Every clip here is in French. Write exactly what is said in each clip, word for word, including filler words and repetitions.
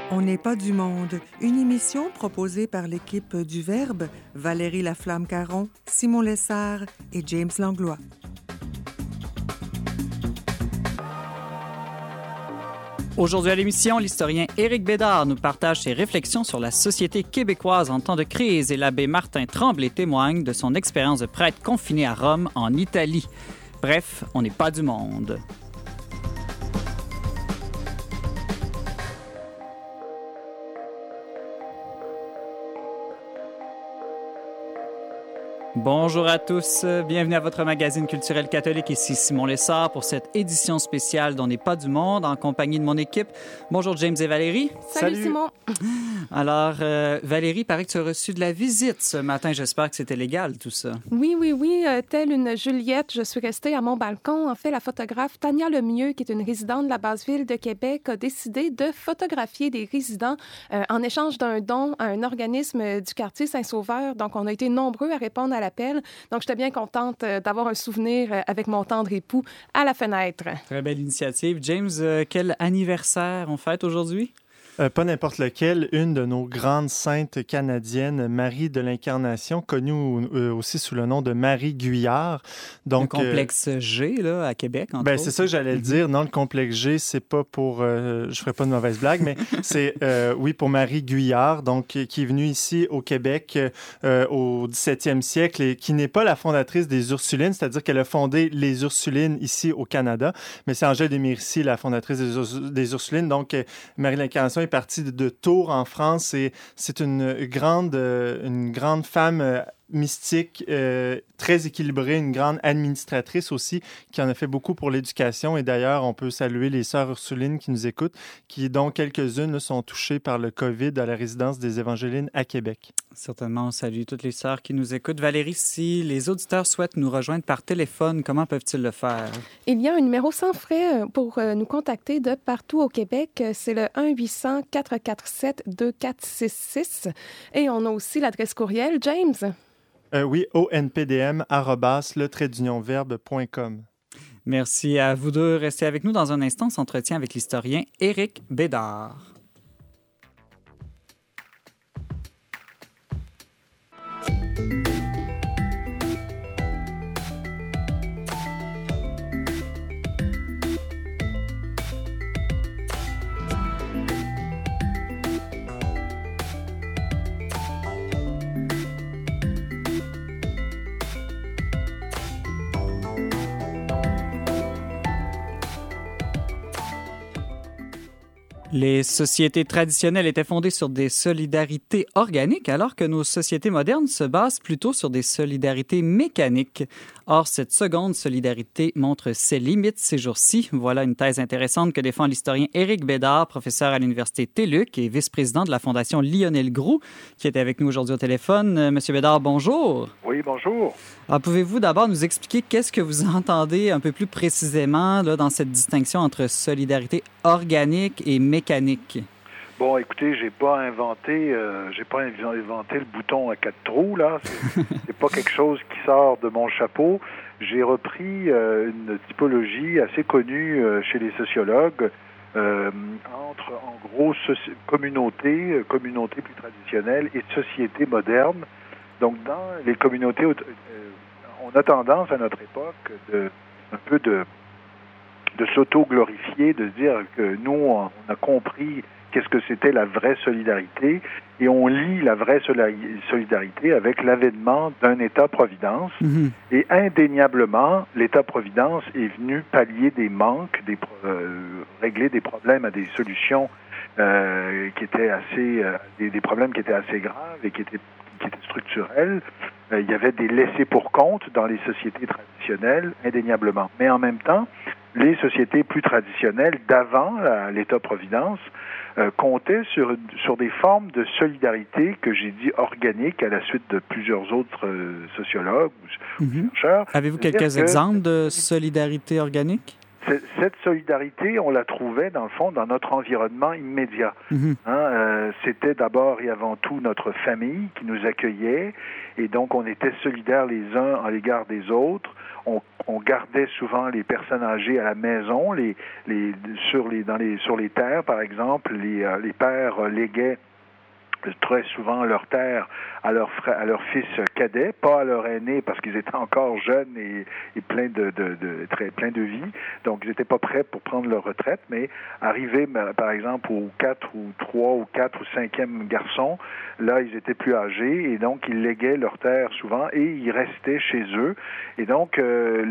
On n'est pas du monde, une émission proposée par l'équipe du Verbe, Valérie Laflamme-Caron, Simon Lessard et James Langlois. Aujourd'hui à l'émission, l'historien Éric Bédard nous partage ses réflexions sur la société québécoise en temps de crise et l'abbé Martin Tremblay témoigne de son expérience de prêtre confiné à Rome, en Italie. Bref, on n'est pas du monde. Bonjour à tous, bienvenue à votre magazine culturel catholique. Ici Simon Lessard pour cette édition spéciale d'On n'est pas du monde en compagnie de mon équipe. Bonjour James et Valérie. Salut, Salut. Simon. Alors euh, Valérie, il paraît que tu as reçu de la visite ce matin. J'espère que c'était légal tout ça. Oui, oui, oui. Euh, telle une Juliette, je suis restée à mon balcon. En fait, la photographe Tania Lemieux, qui est une résidente de la Basse-Ville de Québec, a décidé de photographier des résidents euh, en échange d'un don à un organisme du quartier Saint-Sauveur. Donc, on a été nombreux à répondre à l'appel. Donc, j'étais bien contente d'avoir un souvenir avec mon tendre époux à la fenêtre. Très belle initiative. James, euh, quel anniversaire on fête aujourd'hui? Euh, pas n'importe lequel, une de nos grandes saintes canadiennes, Marie de l'Incarnation, connue euh, aussi sous le nom de Marie Guyard. Donc, le complexe euh, G, là, à Québec, entre ben, autres. C'est ça que j'allais le dire. Non, le complexe G, c'est pas pour... Euh, je ferai pas de mauvaise blague, mais c'est, euh, oui, pour Marie Guyard, donc, qui est venue ici au Québec euh, au dix-septième siècle et qui n'est pas la fondatrice des Ursulines, c'est-à-dire qu'elle a fondé les Ursulines ici au Canada, mais c'est Angèle de Mérici, la fondatrice des, Urs- des Ursulines. Donc, euh, Marie de l'Incarnation est partie de, de Tours en France et c'est une grande, euh, une grande femme euh, mystique, euh, très équilibrée, une grande administratrice aussi, qui en a fait beaucoup pour l'éducation. Et d'ailleurs, on peut saluer les sœurs Ursulines qui nous écoutent, qui, dont quelques-unes là, sont touchées par le COVID à la résidence des Évangélines à Québec. Certainement, on salue toutes les sœurs qui nous écoutent. Valérie, si les auditeurs souhaitent nous rejoindre par téléphone, comment peuvent-ils le faire? Il y a un numéro sans frais pour nous contacter de partout au Québec. C'est le un huit cents quatre cent quarante-sept deux quatre six six. Et on a aussi l'adresse courriel, James. Euh, oui, O N P D M arobase le trait d'union verbe point com. Merci à vous deux. Restez avec nous dans un instant. On s'entretient avec l'historien Éric Bédard. Les sociétés traditionnelles étaient fondées sur des solidarités organiques, alors que nos sociétés modernes se basent plutôt sur des solidarités mécaniques. Or, cette seconde solidarité montre ses limites ces jours-ci. Voilà une thèse intéressante que défend l'historien Éric Bédard, professeur à l'Université T E L U C et vice-président de la Fondation Lionel Groulx, qui est avec nous aujourd'hui au téléphone. Euh, Monsieur Bédard, bonjour. Oui, bonjour. Alors, pouvez-vous d'abord nous expliquer qu'est-ce que vous entendez un peu plus précisément là, dans cette distinction entre solidarité organique et mécanique? Bon, écoutez, j'ai pas inventé, euh, j'ai pas inventé le bouton à quatre trous là. C'est, c'est pas quelque chose qui sort de mon chapeau. J'ai repris euh, une typologie assez connue euh, chez les sociologues euh, entre, en gros, soci- communautés, euh, communautés plus traditionnelles et sociétés modernes. Donc, dans les communautés, euh, on a tendance à notre époque de un peu de de s'auto-glorifier, de dire que nous, on a compris qu'est-ce que c'était la vraie solidarité, et on lie la vraie solidarité avec l'avènement d'un État-providence. Mm-hmm. Et indéniablement, l'État-providence est venu pallier des manques, des, euh, régler des problèmes à des solutions euh, qui étaient assez, euh, des, des problèmes qui étaient assez graves et qui étaient, qui étaient structurels. Euh, il y avait des laissés pour compte dans les sociétés traditionnelles, indéniablement. Mais en même temps, les sociétés plus traditionnelles d'avant la, l'État-providence euh, comptaient sur, sur des formes de solidarité que j'ai dit organiques à la suite de plusieurs autres euh, sociologues ou mm-hmm. chercheurs. Avez-vous quelques exemples de solidarité organique? Cette solidarité, on la trouvait, dans le fond, dans notre environnement immédiat. Mm-hmm. Hein, euh, c'était d'abord et avant tout notre famille qui nous accueillait, et donc on était solidaires les uns à l'égard des autres. on, on gardait souvent les personnes âgées à la maison, les, les, sur, les, dans les, sur les terres, par exemple. Les, euh, les pères léguaient très souvent leur terre à leur frère, à leur fils cadet, pas à leur aîné parce qu'ils étaient encore jeunes et, et pleins de, de, de très plein de vie. Donc ils n'étaient pas prêts pour prendre leur retraite, mais arrivés par exemple au quatre ou trois ou quatre ou cinquième garçon, là ils étaient plus âgés et donc ils léguaient leur terre souvent et ils restaient chez eux. Et donc euh,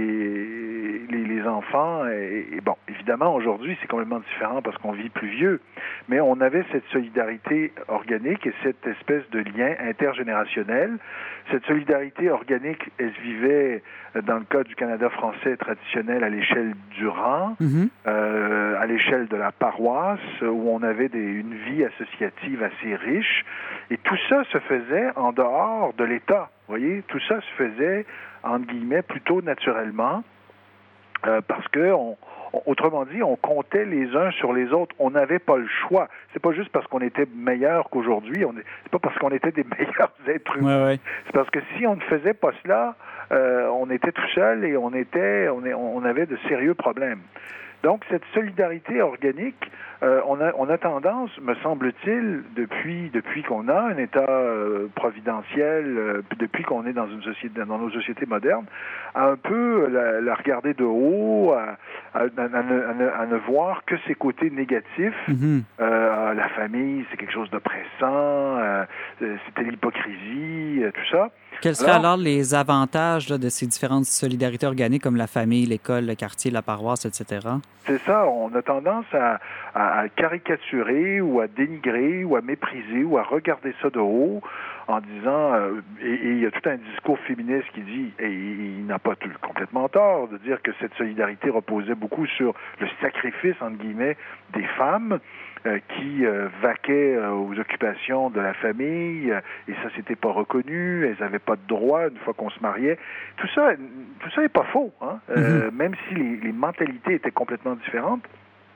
les, les les enfants et, et bon évidemment aujourd'hui c'est complètement différent parce qu'on vit plus vieux, mais on avait cette solidarité organique et cette espèce de lien intergénérationnel. Cette solidarité organique, elle se vivait dans le cas du Canada français traditionnel à l'échelle du rang, mm-hmm. euh, à l'échelle de la paroisse, où on avait des, une vie associative assez riche. Et tout ça se faisait en dehors de l'État. Vous voyez, tout ça se faisait, entre guillemets, plutôt naturellement, euh, parce que on autrement dit, on comptait les uns sur les autres. On n'avait pas le choix. C'est pas juste parce qu'on était meilleur qu'aujourd'hui. On est... C'est pas parce qu'on était des meilleurs êtres humains. Ouais, ouais. C'est parce que si on ne faisait pas cela, euh, on était tout seul et on était, on, est, on avait de sérieux problèmes. Donc, cette solidarité organique, euh, on, a, on a tendance, me semble-t-il, depuis, depuis qu'on a un État euh, providentiel, euh, depuis qu'on est dans, une société, dans nos sociétés modernes, à un peu la, la regarder de haut, à, à, à, à, ne, à ne voir que ses côtés négatifs. Mm-hmm. Euh, la famille, c'est quelque chose d'oppressant, euh, c'était l'hypocrisie, euh, tout ça. Quels seraient alors, alors les avantages là, de ces différentes solidarités organiques comme la famille, l'école, le quartier, la paroisse, et cetera? C'est ça, on a tendance à, à, à caricaturer ou à dénigrer ou à mépriser ou à regarder ça de haut en disant, euh, et il y a tout un discours féministe qui dit, et il n'a pas tout, complètement tort, de dire que cette solidarité reposait beaucoup sur le sacrifice, entre guillemets, des femmes, Euh, qui euh, vaquaient euh, aux occupations de la famille, euh, et ça, c'était pas reconnu, elles n'avaient pas de droit une fois qu'on se mariait. Tout ça, tout ça n'est pas faux, hein? euh, mm-hmm. Même si les, les mentalités étaient complètement différentes.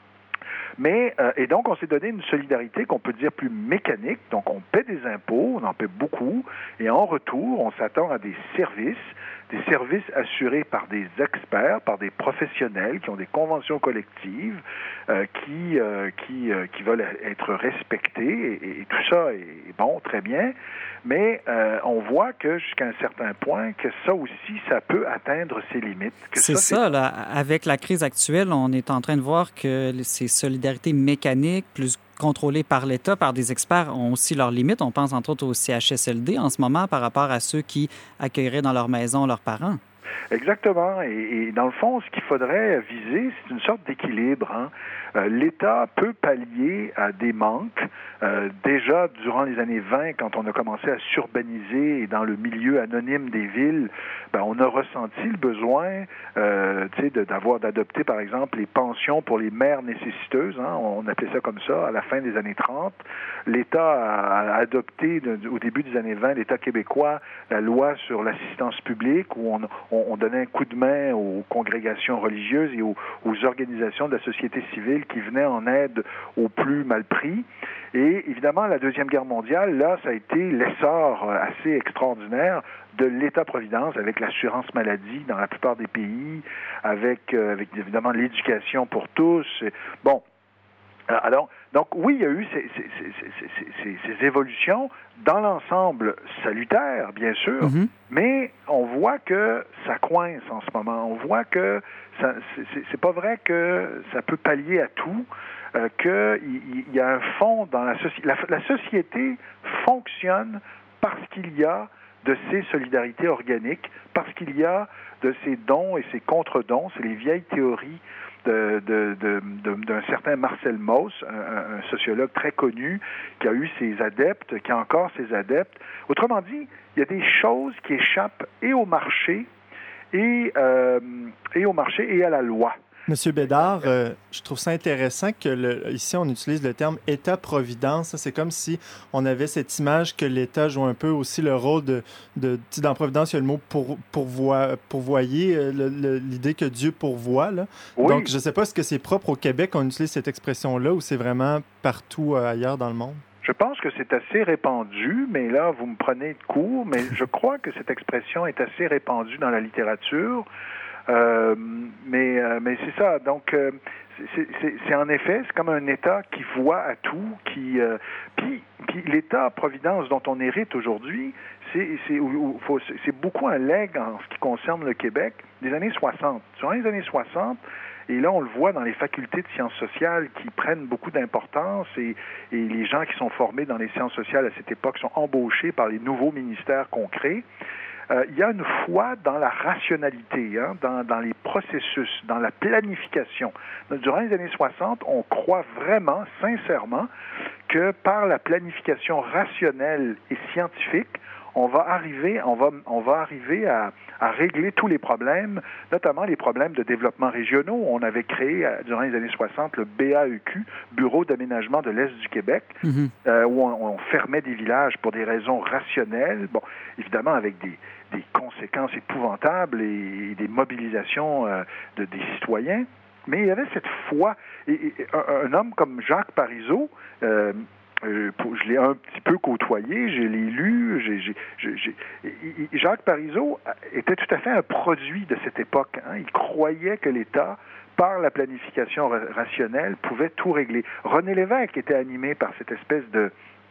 Mais, euh, et donc, on s'est donné une solidarité qu'on peut dire plus mécanique. Donc, on paie des impôts, on en paie beaucoup, et en retour, on s'attend à des services, des services assurés par des experts, par des professionnels qui ont des conventions collectives, euh, qui, euh, qui, euh, qui veulent être respectés, et, et tout ça est bon, très bien. Mais euh, on voit que jusqu'à un certain point, que ça aussi, ça peut atteindre ses limites. Que c'est ça, ça c'est... là. Avec la crise actuelle, on est en train de voir que ces solidarités mécaniques, plus contrôlées par l'État, par des experts, ont aussi leurs limites. On pense entre autres au C H S L D en ce moment par rapport à ceux qui accueilleraient dans leur maison leurs parents. Exactement. Et, et dans le fond, ce qu'il faudrait viser, c'est une sorte d'équilibre. Hein. Euh, L'État peut pallier à des manques. Euh, déjà, durant les années vingt, quand on a commencé à s'urbaniser et dans le milieu anonyme des villes, ben, on a ressenti le besoin euh, de, d'avoir, d'adopter, par exemple, les pensions pour les mères nécessiteuses. Hein. On appelait ça comme ça à la fin des années trente. L'État a adopté, de, au début des années vingt, l'État québécois, la loi sur l'assistance publique, où on, on, on donnait un coup de main aux congrégations religieuses et aux, aux organisations de la société civile qui venaient en aide aux plus mal pris. Et évidemment, la Deuxième Guerre mondiale, là, ça a été l'essor assez extraordinaire de l'État-providence avec l'assurance maladie dans la plupart des pays, avec, euh, avec évidemment l'éducation pour tous. Bon, alors, donc oui, il y a eu ces, ces, ces, ces, ces, ces évolutions dans l'ensemble salutaires, bien sûr, mm-hmm. mais on voit que ça coince en ce moment. On voit que ça, c'est, c'est pas vrai que ça peut pallier à tout. Euh, qu'il y a un fond dans la société. La, la société fonctionne parce qu'il y a de ces solidarités organiques, parce qu'il y a de ces dons et ces contre-dons. C'est les vieilles théories de, de, de, de, d'un certain Marcel Mauss, un, un sociologue très connu, qui a eu ses adeptes, qui a encore ses adeptes. Autrement dit, il y a des choses qui échappent et au marché, et, euh, et au marché et à la loi. Monsieur Bédard, euh, je trouve ça intéressant que le, ici on utilise le terme État-providence. C'est comme si on avait cette image que l'État joue un peu aussi le rôle de, de dans Providence, il y a le mot pour, pourvoi, pourvoyer, le, le, l'idée que Dieu pourvoit. Là. Oui. Donc je ne sais pas, est-ce que c'est propre au Québec qu'on utilise cette expression-là ou c'est vraiment partout euh, ailleurs dans le monde? Je pense que c'est assez répandu, mais là, vous me prenez de court, mais je crois que cette expression est assez répandue dans la littérature. Euh, mais euh, mais c'est ça. Donc, euh, c'est, c'est, c'est en effet, c'est comme un État qui voit à tout, qui euh, puis, puis l'État-providence dont on hérite aujourd'hui, c'est, c'est, faut, c'est beaucoup un legs en ce qui concerne le Québec des années soixante. Durant les années soixante, et là, on le voit dans les facultés de sciences sociales qui prennent beaucoup d'importance et, et les gens qui sont formés dans les sciences sociales à cette époque sont embauchés par les nouveaux ministères qu'on crée. Euh, il y a une foi dans la rationalité, hein, dans, dans les processus, dans la planification. Durant les années soixante, on croit vraiment, sincèrement, que par la planification rationnelle et scientifique, on va arriver, on va, on va arriver à, à régler tous les problèmes, notamment les problèmes de développement régionaux. On avait créé, durant les années soixante, le B A E Q, Bureau d'aménagement de l'Est du Québec, mm-hmm. euh, où on, on fermait des villages pour des raisons rationnelles, bon, évidemment avec des, des conséquences épouvantables et, et des mobilisations euh, de, des citoyens. Mais il y avait cette foi. Et, et, un, un homme comme Jacques Parizeau, euh, Euh, pour, je l'ai un petit peu côtoyé, je l'ai lu. J'ai, j'ai, j'ai, j'ai... Jacques Parizeau était tout à fait un produit de cette époque. Hein. Il croyait que l'État, par la planification rationnelle, pouvait tout régler. René Lévesque était animé par cette espèce de,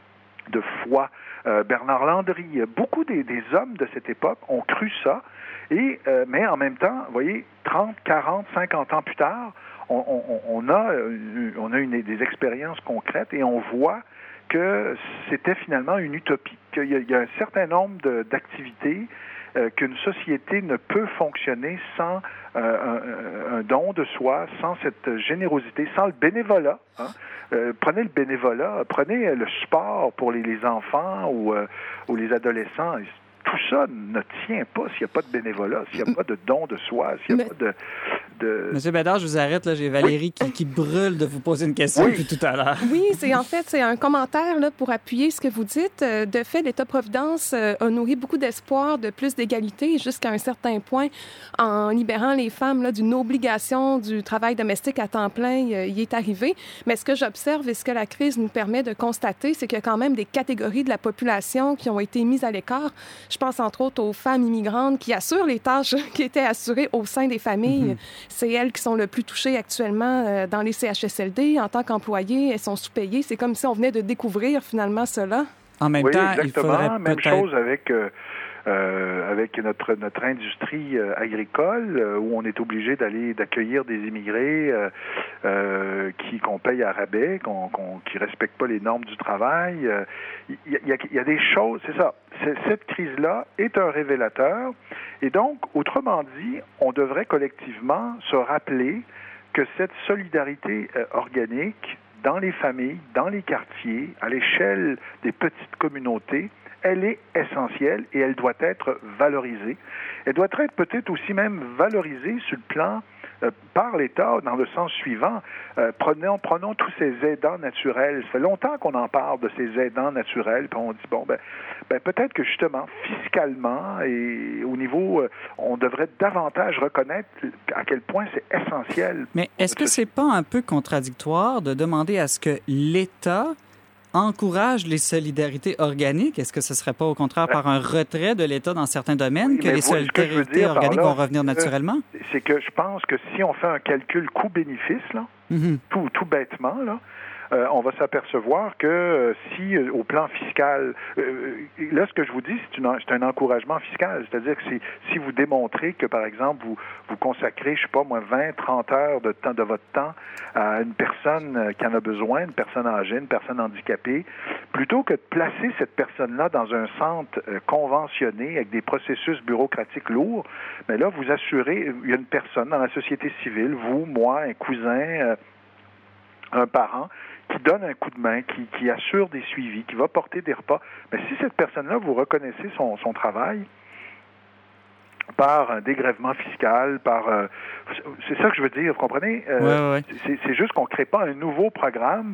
de foi. Euh, Bernard Landry, beaucoup des, des hommes de cette époque ont cru ça. Et, euh, mais en même temps, vous voyez, trente, quarante, cinquante ans plus tard, on, on, on a, on a une, des expériences concrètes et on voit que c'était finalement une utopie, qu'il y a, il y a un certain nombre de, d'activités euh, qu'une société ne peut fonctionner sans euh, un, un don de soi, sans cette générosité, sans le bénévolat. Hein. Euh, prenez le bénévolat, prenez le sport pour les, les enfants ou, euh, ou les adolescents. Tout ça ne tient pas s'il n'y a pas de bénévolat, s'il n'y a pas de don de soi, s'il n'y a Mais... pas de, de... Monsieur Bédard, je vous arrête. Là, j'ai Valérie oui. qui, qui brûle de vous poser une question oui. depuis tout à l'heure. Oui, c'est en fait c'est un commentaire là, pour appuyer ce que vous dites. De fait, l'État-providence a nourri beaucoup d'espoir de plus d'égalité jusqu'à un certain point en libérant les femmes là, d'une obligation du travail domestique à temps plein. Il est arrivé. Mais ce que j'observe et ce que la crise nous permet de constater, c'est qu'il y a quand même des catégories de la population qui ont été mises à l'écart. Je pense entre autres aux femmes immigrantes qui assurent les tâches qui étaient assurées au sein des familles. Mm-hmm. C'est elles qui sont le plus touchées actuellement dans les C H S L D. En tant qu'employées, elles sont sous-payées. C'est comme si on venait de découvrir finalement cela. En même oui, temps, exactement. il faudrait Même peut-être... chose avec... Euh... Euh, avec notre notre industrie euh, agricole euh, où on est obligé d'aller d'accueillir des immigrés euh, euh, qui qu'on paye à rabais, qu'on, qu'on qui respectent pas les normes du travail. Il euh, y, y, a, y a des choses, c'est ça. C'est, cette crise-là est un révélateur et donc, autrement dit, on devrait collectivement se rappeler que cette solidarité euh, organique dans les familles, dans les quartiers, à l'échelle des petites communautés, elle est essentielle et elle doit être valorisée. Elle doit être peut-être aussi même valorisée sur le plan euh, par l'État dans le sens suivant. Euh, prenons, prenons tous ces aidants naturels. Ça fait longtemps qu'on en parle de ces aidants naturels, puis on dit, bon, ben, ben peut-être que justement, fiscalement et au niveau, euh, on devrait davantage reconnaître à quel point c'est essentiel. Mais est-ce que c'est pas un peu contradictoire de demander à ce que l'État encourage les solidarités organiques? Est-ce que ce ne serait pas au contraire par un retrait de l'État dans certains domaines oui, que les vous, solidarités que organiques là, vont revenir naturellement? C'est que je pense que si on fait un calcul coût-bénéfice, là, mm-hmm. tout, tout bêtement, là, Euh, on va s'apercevoir que euh, si, euh, au plan fiscal, euh, là, ce que je vous dis, c'est, une, c'est un encouragement fiscal. C'est-à-dire que si, si vous démontrez que, par exemple, vous, vous consacrez, je sais pas moi, vingt, trente heures de temps de votre temps à une personne qui en a besoin, une personne âgée, une personne handicapée, plutôt que de placer cette personne-là dans un centre euh, conventionné avec des processus bureaucratiques lourds, mais là, vous assurez, il y a une personne dans la société civile, vous, moi, un cousin, euh, un parent, qui donne un coup de main, qui, qui assure des suivis, qui va porter des repas. Mais si cette personne-là, vous reconnaissez son, son travail par un dégrèvement fiscal, par... Euh, c'est ça que je veux dire, vous comprenez? Euh, ouais, ouais. C'est, c'est juste qu'on ne crée pas un nouveau programme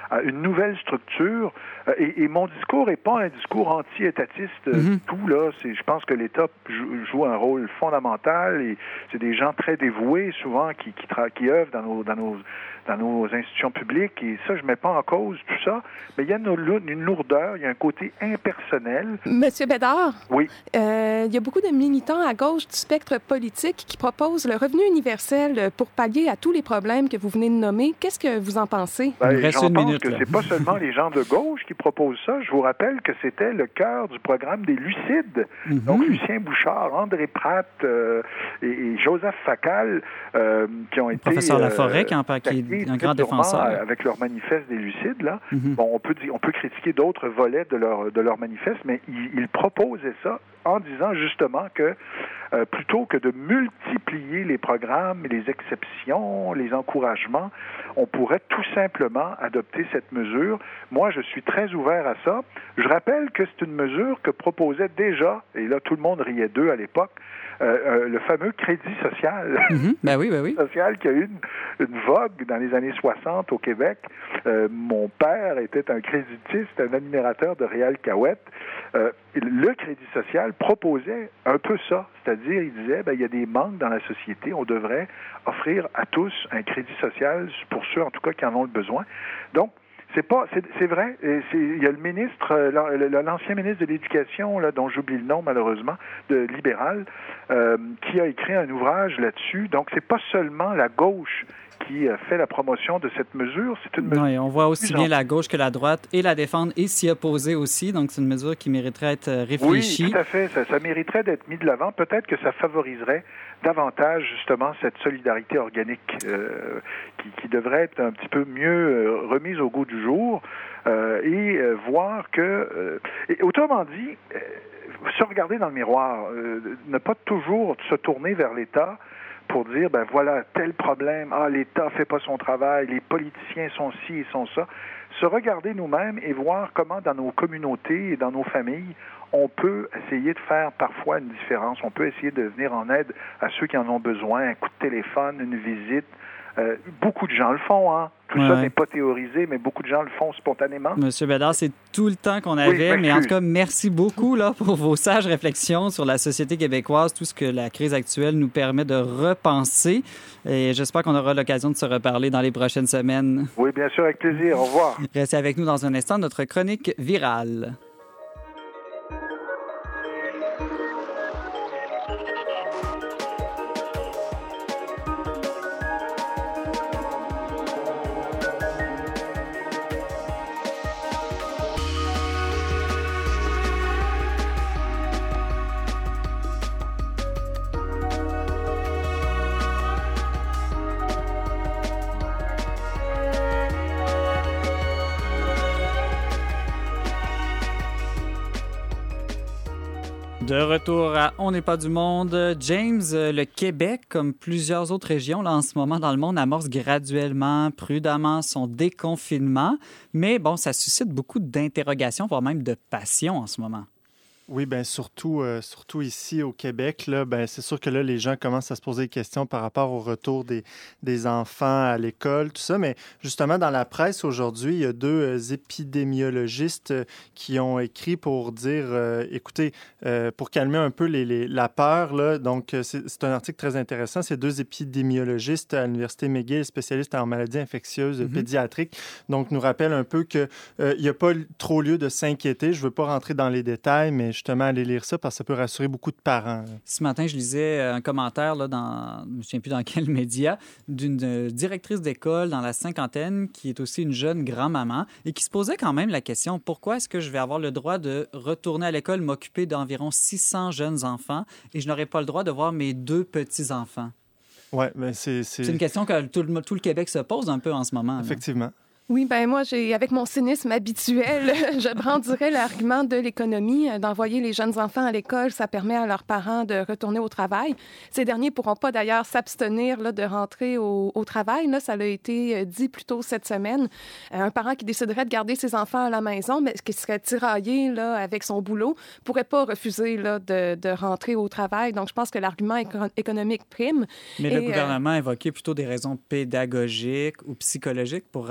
à une nouvelle structure. Euh, et, et mon discours n'est pas un discours anti-étatiste euh, Mm-hmm. tout, là. C'est, je pense que l'État joue, joue un rôle fondamental et c'est des gens très dévoués, souvent, qui, qui, tra- qui œuvrent dans nos, dans nos dans nos institutions publiques, et ça, je ne mets pas en cause tout ça, mais il y a une, une lourdeur, il y a un côté impersonnel. Monsieur Bédard, oui. euh, il y a beaucoup de militants à gauche du spectre politique qui proposent le revenu universel pour pallier à tous les problèmes que vous venez de nommer. Qu'est-ce que vous en pensez? Ben, Il nous reste j'en une pense minute, que là. c'est pas seulement les gens de gauche qui proposent ça. Je vous rappelle que c'était le cœur du programme des Lucides. Mm-hmm. Donc, Lucien Bouchard, André Pratt euh, et, et Joseph Facal, euh, qui ont Le été... professeur euh, Laforêt, qui, en, qui est un grand défenseur. Avec leur manifeste des Lucides, là. Mm-hmm. Bon, on peut, dire, on peut critiquer d'autres volets de leur, de leur manifeste, mais ils, ils proposaient ça en disant justement que euh, plutôt que de multiplier les programmes, les exceptions, les encouragements, on pourrait tout simplement adopter cette mesure. Moi, je suis très ouvert à ça. Je rappelle que c'est une mesure que proposait déjà, et là tout le monde riait d'eux à l'époque, euh, euh, le fameux crédit social. Mm-hmm. Ben oui, ben oui. social qui a eu une, une vogue dans les années soixante au Québec. Euh, mon père était un créditiste, un admirateur de Réal Cahuette. Euh, le crédit social proposait un peu ça, c'est-à-dire il disait ben, il y a des manques dans la société, on devrait offrir à tous un crédit social pour ceux en tout cas qui en ont le besoin. Donc c'est pas, c'est, c'est vrai. Et c'est, il y a le ministre, euh, l'ancien ministre de l'Éducation, là, dont j'oublie le nom malheureusement, de libéral, euh, qui a écrit un ouvrage là-dessus. Donc c'est pas seulement la gauche qui fait la promotion de cette mesure. C'est une mesure. Oui, on voit aussi plus bien la gauche que la droite et la défendre et s'y opposer aussi. Donc, c'est une mesure qui mériterait d'être réfléchie. Oui, tout à fait. Ça, ça mériterait d'être mis de l'avant. Peut-être que ça favoriserait davantage, justement, cette solidarité organique euh, qui, qui devrait être un petit peu mieux euh, remise au goût du jour euh, et euh, voir que... Euh, et, autrement dit, euh, se regarder dans le miroir, euh, ne pas toujours se tourner vers l'État pour dire, ben voilà, tel problème, ah, l'État fait pas son travail, les politiciens sont ci et sont ça. Se regarder nous-mêmes et voir comment dans nos communautés et dans nos familles, on peut essayer de faire parfois une différence. On peut essayer de venir en aide à ceux qui en ont besoin, un coup de téléphone, une visite. Euh, beaucoup de gens le font, hein. Tout ouais, ça ouais. n'est pas théorisé, mais beaucoup de gens le font spontanément. Monsieur Bédard, c'est tout le temps qu'on avait, oui, mais en tout cas, merci beaucoup là, pour vos sages réflexions sur la société québécoise, tout ce que la crise actuelle nous permet de repenser. Et j'espère qu'on aura l'occasion de se reparler dans les prochaines semaines. Oui, bien sûr, avec plaisir. Au revoir. Restez avec nous dans un instant, notre chronique virale. De retour à On n'est pas du monde. James, le Québec, comme plusieurs autres régions là, en ce moment dans le monde, amorce graduellement, prudemment son déconfinement. Mais bon, ça suscite beaucoup d'interrogations, voire même de passion en ce moment. Oui, bien surtout, euh, surtout ici au Québec, là, ben, c'est sûr que là, les gens commencent à se poser des questions par rapport au retour des, des enfants à l'école, tout ça. Mais justement, dans la presse aujourd'hui, il y a deux euh, épidémiologistes euh, qui ont écrit pour dire, euh, écoutez, euh, pour calmer un peu les, les, la peur, là, donc c'est, c'est un article très intéressant. C'est deux épidémiologistes à l'Université McGill, spécialistes en maladies infectieuses mm-hmm. pédiatriques, donc nous rappellent un peu qu'il euh, n'y a pas trop lieu de s'inquiéter. Je ne veux pas rentrer dans les détails, mais justement aller lire ça parce que ça peut rassurer beaucoup de parents. Ce matin, je lisais un commentaire là, dans, je ne me souviens plus dans quel média, d'une directrice d'école dans la cinquantaine qui est aussi une jeune grand-maman et qui se posait quand même la question, pourquoi est-ce que je vais avoir le droit de retourner à l'école, m'occuper d'environ six cents jeunes enfants et je n'aurai pas le droit de voir mes deux petits-enfants? Oui, mais c'est, c'est... C'est une question que tout le, tout le Québec se pose un peu en ce moment. Effectivement. Là. Oui, ben moi, j'ai, avec mon cynisme habituel, je brandirais l'argument de l'économie. D'envoyer les jeunes enfants à l'école, ça permet à leurs parents de retourner au travail. Ces derniers ne pourront pas d'ailleurs s'abstenir là, de rentrer au, au travail. Là, ça a été dit plus tôt cette semaine. Un parent qui déciderait de garder ses enfants à la maison, mais qui serait tiraillé là, avec son boulot, ne pourrait pas refuser là, de, de rentrer au travail. Donc, je pense que l'argument éco- économique prime. Mais Et, le gouvernement euh... a évoqué plutôt des raisons pédagogiques ou psychologiques pour réouvrir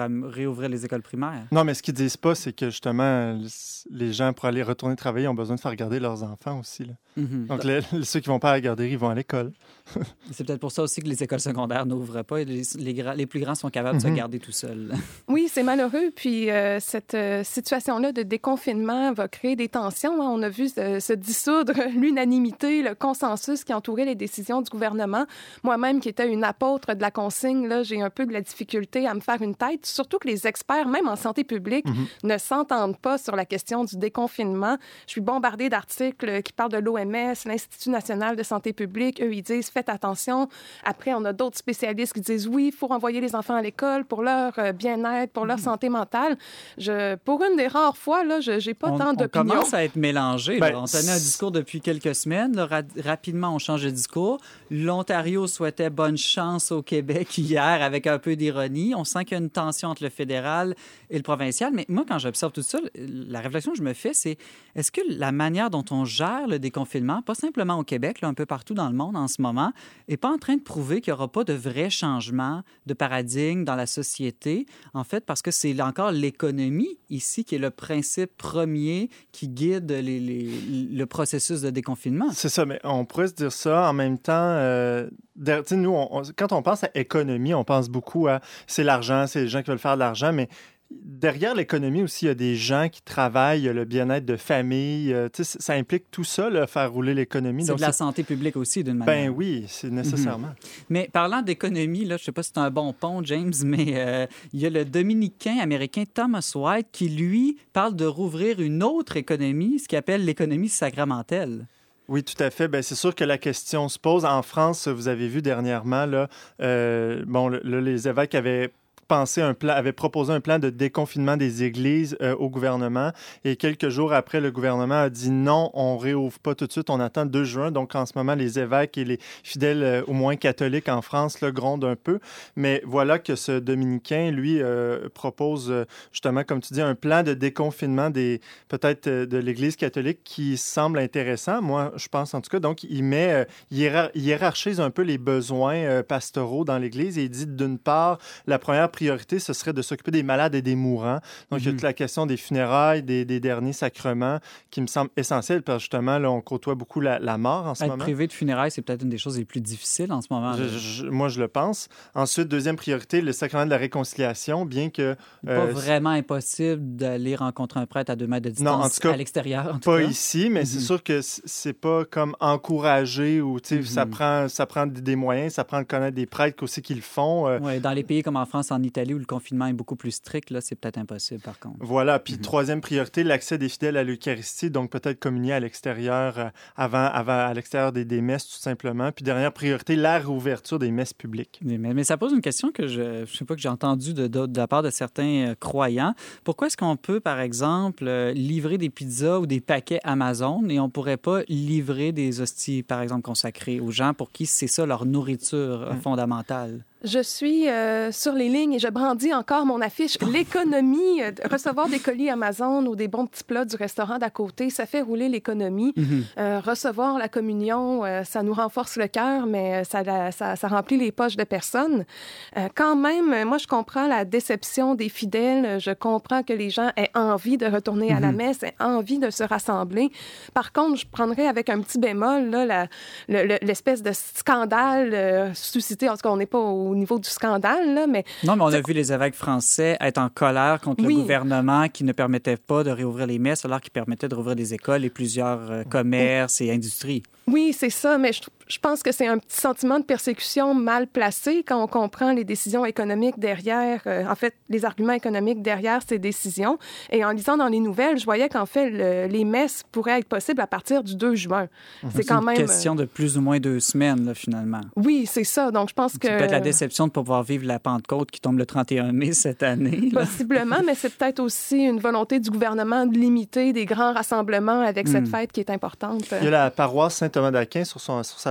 réouvrir les écoles primaires. Non, mais ce qu'ils disent pas, c'est que justement, les gens, pour aller retourner travailler, ont besoin de faire garder leurs enfants aussi. Là. Mm-hmm. Donc, les, ceux qui vont pas à la garderie, ils vont à l'école. C'est peut-être pour ça aussi que les écoles secondaires n'ouvrent pas. Les, les, les plus grands sont capables mm-hmm. de se garder tout seuls. Oui, c'est malheureux. Puis euh, cette euh, situation-là de déconfinement va créer des tensions. Hein. On a vu euh, se dissoudre l'unanimité, le consensus qui entourait les décisions du gouvernement. Moi-même, qui étais une apôtre de la consigne, là, j'ai un peu de la difficulté à me faire une tête. Surtout que les experts, même en santé publique, mm-hmm. ne s'entendent pas sur la question du déconfinement. Je suis bombardée d'articles qui parlent de l'O M S, l'Institut national de santé publique. Eux, ils disent faites attention. Après, on a d'autres spécialistes qui disent oui, il faut renvoyer les enfants à l'école pour leur bien-être, pour leur santé mentale. Je, pour une des rares fois, là, je n'ai pas on, tant d'opinions. On commence à être mélangé. Ben, on tenait un discours depuis quelques semaines. Là, ra- rapidement, on change de discours. L'Ontario souhaitait bonne chance au Québec hier avec un peu d'ironie. On sent qu'il y a une tension entre le fédéral et le provincial. Mais moi, quand j'observe tout ça, la réflexion que je me fais, c'est est-ce que la manière dont on gère le déconfinement, pas simplement au Québec, là, un peu partout dans le monde en ce moment, n'est pas en train de prouver qu'il n'y aura pas de vrai changement de paradigme dans la société, en fait, parce que c'est encore l'économie ici qui est le principe premier qui guide les, les, le processus de déconfinement. C'est ça, mais on pourrait se dire ça en même temps. Euh, nous, on, on, quand on pense à économie, on pense beaucoup à c'est l'argent, c'est les gens qui veulent faire de l'argent, mais derrière l'économie aussi, il y a des gens qui travaillent, il y a le bien-être de famille. Euh, ça implique tout ça, là, faire rouler l'économie. C'est Donc, de la c'est... santé publique aussi, d'une manière. Ben oui, c'est nécessairement. Mm-hmm. Mais parlant d'économie, là, je ne sais pas si c'est un bon pont, James, mais euh, il y a le dominicain américain Thomas White qui, lui, parle de rouvrir une autre économie, ce qu'il appelle l'économie sacramentelle. Oui, tout à fait. Bien, c'est sûr que la question se pose. En France, vous avez vu dernièrement, là, euh, bon, là, les évêques avaient pensé un plan, avait proposé un plan de déconfinement des églises euh, au gouvernement. Et quelques jours après, le gouvernement a dit non, on ne réouvre pas tout de suite, on attend deux juin. Donc, en ce moment, les évêques et les fidèles, euh, au moins catholiques en France, là, grondent un peu. Mais voilà que ce dominicain, lui, euh, propose euh, justement, comme tu dis, un plan de déconfinement des, peut-être euh, de l'Église catholique qui semble intéressant. Moi, je pense en tout cas. Donc, il met, euh, hiérar- hiérarchise un peu les besoins euh, pastoraux dans l'Église et il dit d'une part, la première priorité, ce serait de s'occuper des malades et des mourants. Donc, mm-hmm. il y a toute la question des funérailles, des, des derniers sacrements qui me semble essentielle parce que justement, là, on côtoie beaucoup la, la mort en ce Être moment. Être privé de funérailles, c'est peut-être une des choses les plus difficiles en ce moment. Je, je, moi, je le pense. Ensuite, deuxième priorité, le sacrement de la réconciliation, bien que... Euh, pas vraiment impossible d'aller rencontrer un prêtre à deux mètres de distance non, en tout cas, à l'extérieur. En tout pas cas. ici, mais mm-hmm. c'est sûr que c'est pas comme encouragé ou, tu sais, mm-hmm. ça prend, ça prend des moyens, ça prend de connaître des prêtres aussi qui le font. Euh... Oui, dans les pays comme en France, en Italie, où le confinement est beaucoup plus strict, là, c'est peut-être impossible, par contre. Voilà. Puis, mm-hmm. troisième priorité, l'accès des fidèles à l'Eucharistie, donc peut-être communier à l'extérieur, euh, avant, avant, à l'extérieur des, des messes, tout simplement. Puis, dernière priorité, la réouverture des messes publiques. Mais, mais ça pose une question que je ne sais pas, que j'ai entendue de, de, de la part de certains euh, croyants. Pourquoi est-ce qu'on peut, par exemple, euh, livrer des pizzas ou des paquets Amazon et on ne pourrait pas livrer des hosties, par exemple, consacrées aux gens pour qui c'est ça leur nourriture mm. fondamentale? Je suis euh, sur les lignes et je brandis encore mon affiche. L'économie, euh, recevoir des colis Amazon ou des bons petits plats du restaurant d'à côté, ça fait rouler l'économie. Mm-hmm. Euh, recevoir la communion, euh, ça nous renforce le cœur, mais ça, ça, ça remplit les poches de personnes. Euh, quand même, moi, je comprends la déception des fidèles. Je comprends que les gens aient envie de retourner mm-hmm. à la messe, aient envie de se rassembler. Par contre, je prendrais avec un petit bémol là, la, le, l'espèce de scandale euh, suscité. En tout cas, on n'est pas au au niveau du scandale, là, mais... Non, mais on a vu les évêques français être en colère contre oui. le gouvernement qui ne permettait pas de réouvrir les messes alors qu'il permettait de rouvrir des écoles et plusieurs euh, commerces et industries. Oui, c'est ça, mais je, je pense que c'est un petit sentiment de persécution mal placé quand on comprend les décisions économiques derrière, euh, en fait, les arguments économiques derrière ces décisions. Et en lisant dans les nouvelles, je voyais qu'en fait, le, les messes pourraient être possibles à partir du deux juin. Mm-hmm. C'est quand même... C'est une question de plus ou moins deux semaines, là, finalement. Oui, c'est ça. Donc, je pense que... C'est peut-être la déception de ne pas pouvoir vivre la Pentecôte qui tombe le trente et un mai cette année. Là. Possiblement, mais c'est peut-être aussi une volonté du gouvernement de limiter des grands rassemblements avec mm. cette fête qui est importante. Il y a la paroisse Saint-Thomas d'Aquin sur, son, sur sa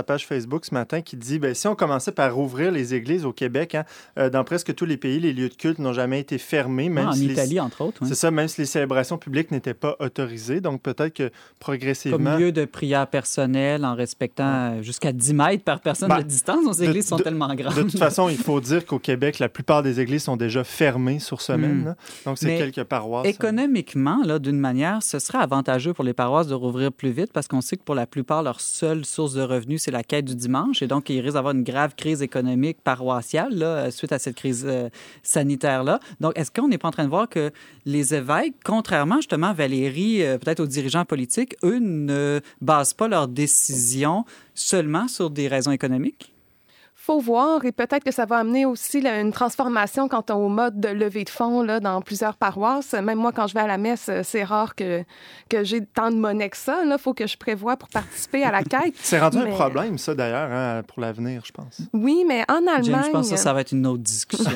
page Facebook ce matin qui dit, ben, si on commençait par rouvrir les églises au Québec, hein, euh, dans presque tous les pays, les lieux de culte n'ont jamais été fermés. Même ah, en si Italie, les... entre autres. Oui. C'est ça, même si les célébrations publiques n'étaient pas autorisées. Donc, peut-être que progressivement... Comme lieu de prière personnelle, en respectant jusqu'à dix mètres par personne ben, de distance. Nos églises de, sont de, tellement grandes. De toute façon, il faut dire qu'au Québec, la plupart des églises sont déjà fermées sur semaine. Mm. Donc, c'est Mais quelques paroisses. Économiquement, là, d'une manière, ce serait avantageux pour les paroisses de rouvrir plus vite parce qu'on sait que pour la plupart, leur seule source de revenus, c'est la quête du dimanche. Et donc, il risque d'avoir une grave crise économique paroissiale là, suite à cette crise euh, sanitaire-là. Donc, est-ce qu'on n'est pas en train de voir que les évêques, contrairement justement à Valérie, euh, peut-être aux dirigeants politiques, eux ne basent pas leurs décisions seulement sur des raisons économiques? Faut voir, et peut-être que ça va amener aussi là, une transformation quant au mode de levée de fonds là, dans plusieurs paroisses. Même moi, quand je vais à la messe, c'est rare que, que j'ai tant de monnaie que ça. Il faut que je prévoie pour participer à la quête. C'est rendu mais... un problème, ça, d'ailleurs, hein, pour l'avenir, je pense. Oui, mais en Allemagne... James, je pense que ça, ça va être une autre discussion.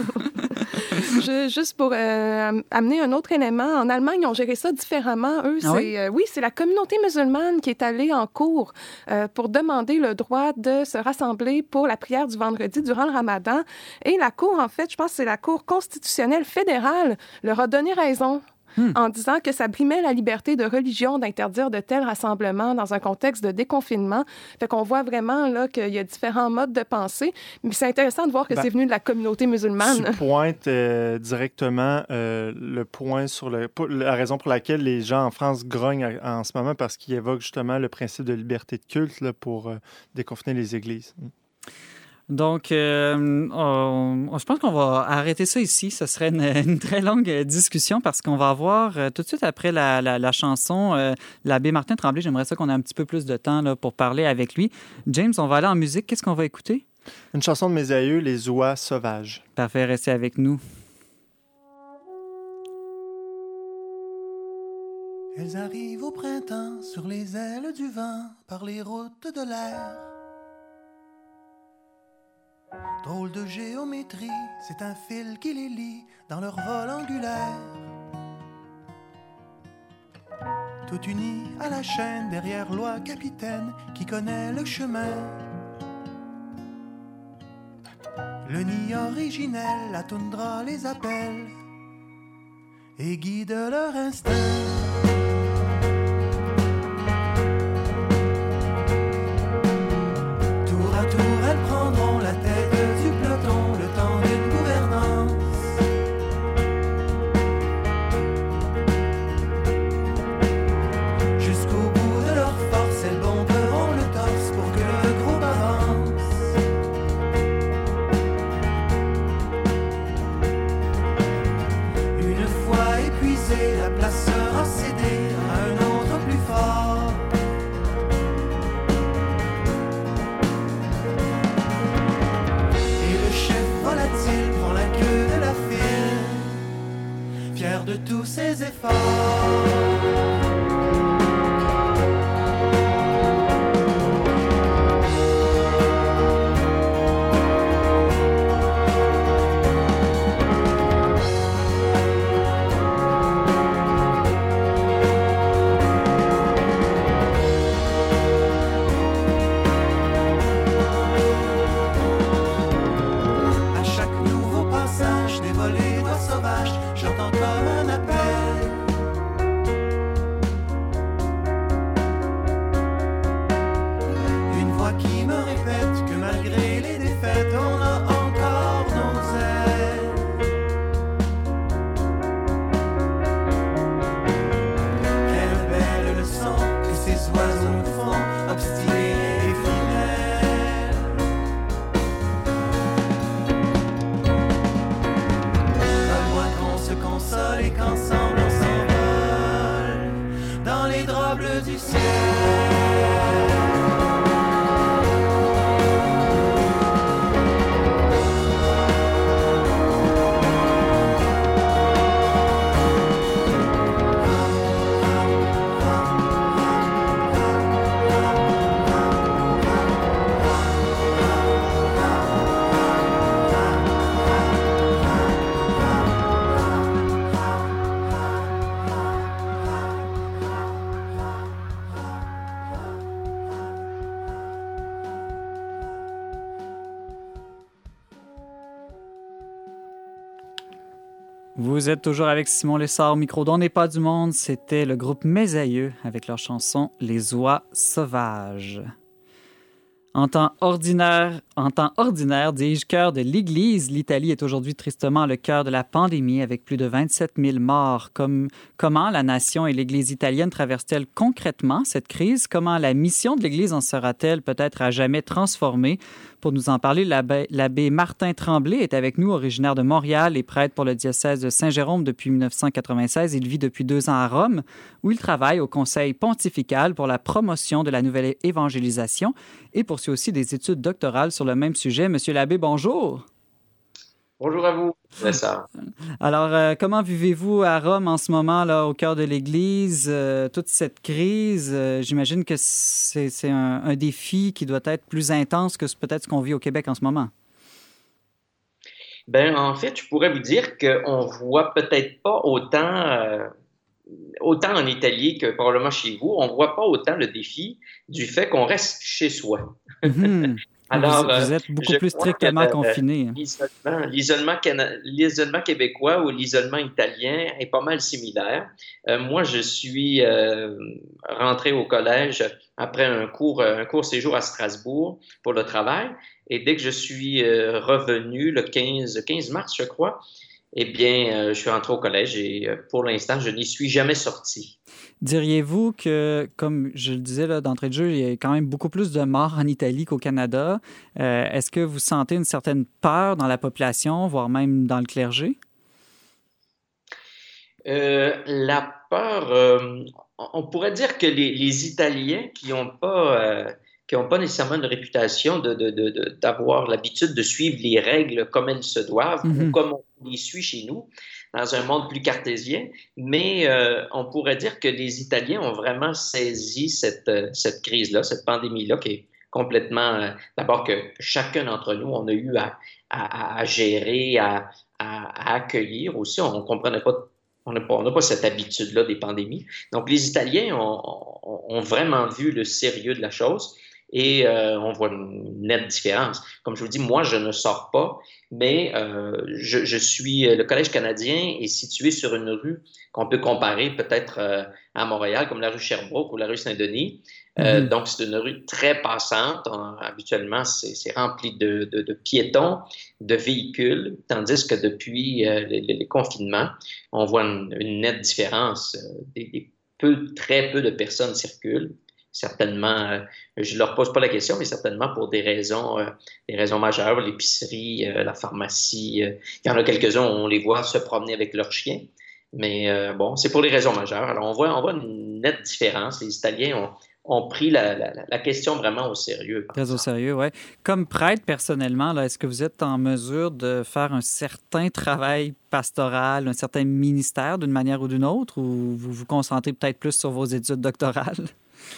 Je, juste pour euh, amener un autre élément, en Allemagne, ils ont géré ça différemment. Eux, ah c'est, oui? Euh, oui, c'est la communauté musulmane qui est allée en cour euh, pour demander le droit de se rassembler pour la prière du vendredi durant le Ramadan. Et la Cour, en fait, je pense que c'est la Cour constitutionnelle fédérale, leur a donné raison. Hmm. En disant que ça brimait la liberté de religion d'interdire de tels rassemblements dans un contexte de déconfinement. Fait qu'on voit vraiment là qu'il y a différents modes de pensée. Mais c'est intéressant de voir que ben, c'est venu de la communauté musulmane. Tu pointes euh, directement euh, le point sur le, la raison pour laquelle les gens en France grognent en ce moment parce qu'ils évoquent justement le principe de liberté de culte là, pour euh, déconfiner les églises. Hmm. Donc, euh, on, je pense qu'on va arrêter ça ici. Ce serait une, une très longue discussion parce qu'on va avoir euh, tout de suite après la, la, la chanson euh, l'abbé Martin Tremblay. J'aimerais ça qu'on ait un petit peu plus de temps là, pour parler avec lui. James, on va aller en musique. Qu'est-ce qu'on va écouter? Une chanson de mes aïeux, Les oies sauvages. Parfait, restez avec nous. Elles arrivent au printemps sur les ailes du vent par les routes de l'air. Drôle de géométrie, c'est un fil qui les lie dans leur vol angulaire. Tout uni à la chaîne derrière loi capitaine qui connaît le chemin. Le nid originel, la toundra les appelle et guide leur instinct. Tour à tour, elles prendront la tête du peloton, le temps d'une gouvernance. Jusqu'au bout de leur force, elles bomberont le torse pour que le groupe avance. Une fois épuisée, la place sera cédée à un autre plus fort. Volatile prend la queue de la file, fier de tous ses efforts. J'entends comme un appel. Une voix qui me répète que malgré les défaites, on a encore nos ailes. Quelle belle leçon que ces oiseaux nous font, obstinés et fidèles. Donne-moi qu'on se console et qu'ensemble on s'envole dans les draps bleus du ciel. Vous êtes toujours avec Simon Lessard au micro d'On n'est pas du monde. C'était le groupe Mes Aïeux avec leur chanson « Les oies sauvages ». En temps ordinaire, en temps ordinaire, dis-je, cœur de l'Église, l'Italie est aujourd'hui tristement le cœur de la pandémie avec plus de vingt-sept mille morts. Comme, comment la nation et l'Église italienne traversent-elles concrètement cette crise? Comment la mission de l'Église en sera-t-elle peut-être à jamais transformée? Pour nous en parler, l'abbé, l'abbé Martin Tremblay est avec nous, originaire de Montréal et prêtre pour le diocèse de Saint-Jérôme depuis dix-neuf cent quatre-vingt-seize. Il vit depuis deux ans à Rome, où il travaille au Conseil pontifical pour la promotion de la nouvelle évangélisation et poursuit aussi des études doctorales sur le même sujet. Monsieur l'abbé, bonjour. Bonjour à vous, Lessard. Alors, euh, comment vivez-vous à Rome en ce moment, là, au cœur de l'Église, euh, toute cette crise? Euh, j'imagine que c'est, c'est un, un défi qui doit être plus intense que peut-être ce qu'on vit au Québec en ce moment. Ben, en fait, je pourrais vous dire qu'on voit peut-être pas autant, euh, autant en Italie que probablement chez vous, on voit pas autant le défi du fait qu'on reste chez soi. Mm-hmm. Alors, vous, vous êtes beaucoup plus strictement confiné. L'isolement, l'isolement, l'isolement québécois ou l'isolement italien est pas mal similaire. Euh, moi, je suis euh, rentré au collège après un court, un court séjour à Strasbourg pour le travail. Et dès que je suis euh, revenu le quinze, quinze mars, je crois, eh bien, euh, je suis rentré au collège et euh, pour l'instant, je n'y suis jamais sorti. Diriez-vous que, comme je le disais là, d'entrée de jeu, il y a quand même beaucoup plus de morts en Italie qu'au Canada. Euh, est-ce que vous sentez une certaine peur dans la population, voire même dans le clergé? Euh, la peur, euh, on pourrait dire que les, les Italiens qui n'ont pas, euh, qui n'ont pas nécessairement une réputation de, de, de, de, d'avoir l'habitude de suivre les règles comme elles se doivent, mm-hmm. ou comme on les suit chez nous, dans un monde plus cartésien, mais euh, on pourrait dire que les Italiens ont vraiment saisi cette, cette crise-là, cette pandémie-là, qui est complètement... Euh, d'abord que chacun d'entre nous, on a eu à, à, à gérer, à, à, à accueillir aussi. On ne comprenait pas, on n'a pas, on n'a pas cette habitude-là des pandémies. Donc, les Italiens ont, ont, ont vraiment vu le sérieux de la chose. Et euh, on voit une nette différence. Comme je vous dis, moi, je ne sors pas, mais euh, je, je suis... Le Collège canadien est situé sur une rue qu'on peut comparer peut-être euh, à Montréal, comme la rue Sherbrooke ou la rue Saint-Denis. Euh, mm-hmm. Donc, c'est une rue très passante. On, habituellement, c'est, c'est rempli de, de, de piétons, de véhicules, tandis que depuis euh, les, les confinements, on voit une, une nette différence. Des, des peu, très peu de personnes circulent. Certainement, euh, je ne leur pose pas la question, mais certainement pour des raisons, euh, des raisons majeures, l'épicerie, euh, la pharmacie. Euh, il y en a quelques-uns où on les voit se promener avec leurs chiens, mais euh, bon, c'est pour les raisons majeures. Alors, on voit, on voit une nette différence. Les Italiens ont, ont pris la, la, la question vraiment au sérieux. Très au sérieux, oui. Comme prêtre, personnellement, là, est-ce que vous êtes en mesure de faire un certain travail pastoral, un certain ministère d'une manière ou d'une autre, ou vous vous concentrez peut-être plus sur vos études doctorales?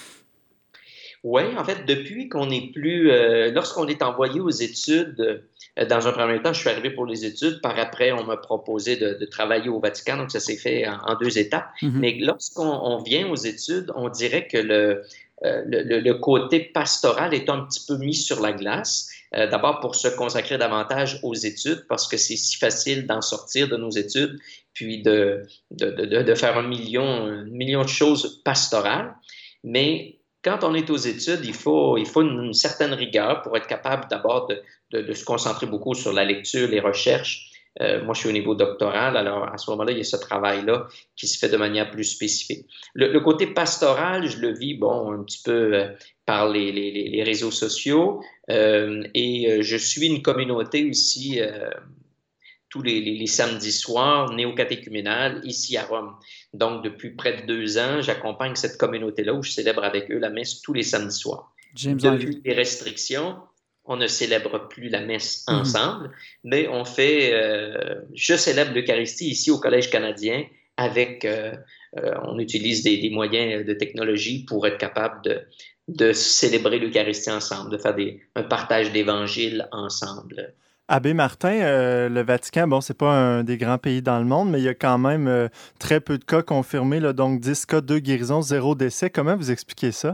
Oui, en fait, depuis qu'on n'est plus... Euh, lorsqu'on est envoyé aux études, euh, dans un premier temps, je suis arrivé pour les études. Par après, on m'a proposé de, de travailler au Vatican, donc ça s'est fait en, en deux étapes. Mm-hmm. Mais lorsqu'on on vient aux études, on dirait que le, euh, le, le côté pastoral est un petit peu mis sur la glace. Euh, d'abord pour se consacrer davantage aux études, parce que c'est si facile d'en sortir de nos études, puis de, de, de, de faire un million, un million de choses pastorales. Mais quand on est aux études, il faut, il faut une, une certaine rigueur pour être capable d'abord de, de, de se concentrer beaucoup sur la lecture, les recherches. Euh, moi, je suis au niveau doctoral, alors à ce moment-là, il y a ce travail-là qui se fait de manière plus spécifique. Le, le côté pastoral, je le vis, bon, un petit peu euh, par les, les, les réseaux sociaux euh, et euh, je suis une communauté aussi euh, tous les, les, les samedis soirs néo-catéchuménale ici à Rome. Donc, depuis près de deux ans, j'accompagne cette communauté-là où je célèbre avec eux la messe tous les samedis soirs. James Depuis les restrictions, on ne célèbre plus la messe ensemble, mm-hmm. mais on fait... Euh, je célèbre l'Eucharistie ici au Collège canadien avec... Euh, euh, on utilise des, des moyens de technologie pour être capable de, de célébrer l'Eucharistie ensemble, de faire des, un partage d'évangile ensemble. Abbé Martin, euh, le Vatican, bon, c'est pas un des grands pays dans le monde, mais il y a quand même euh, très peu de cas confirmés, là, donc dix cas, deux guérisons, zéro décès. Comment vous expliquez ça?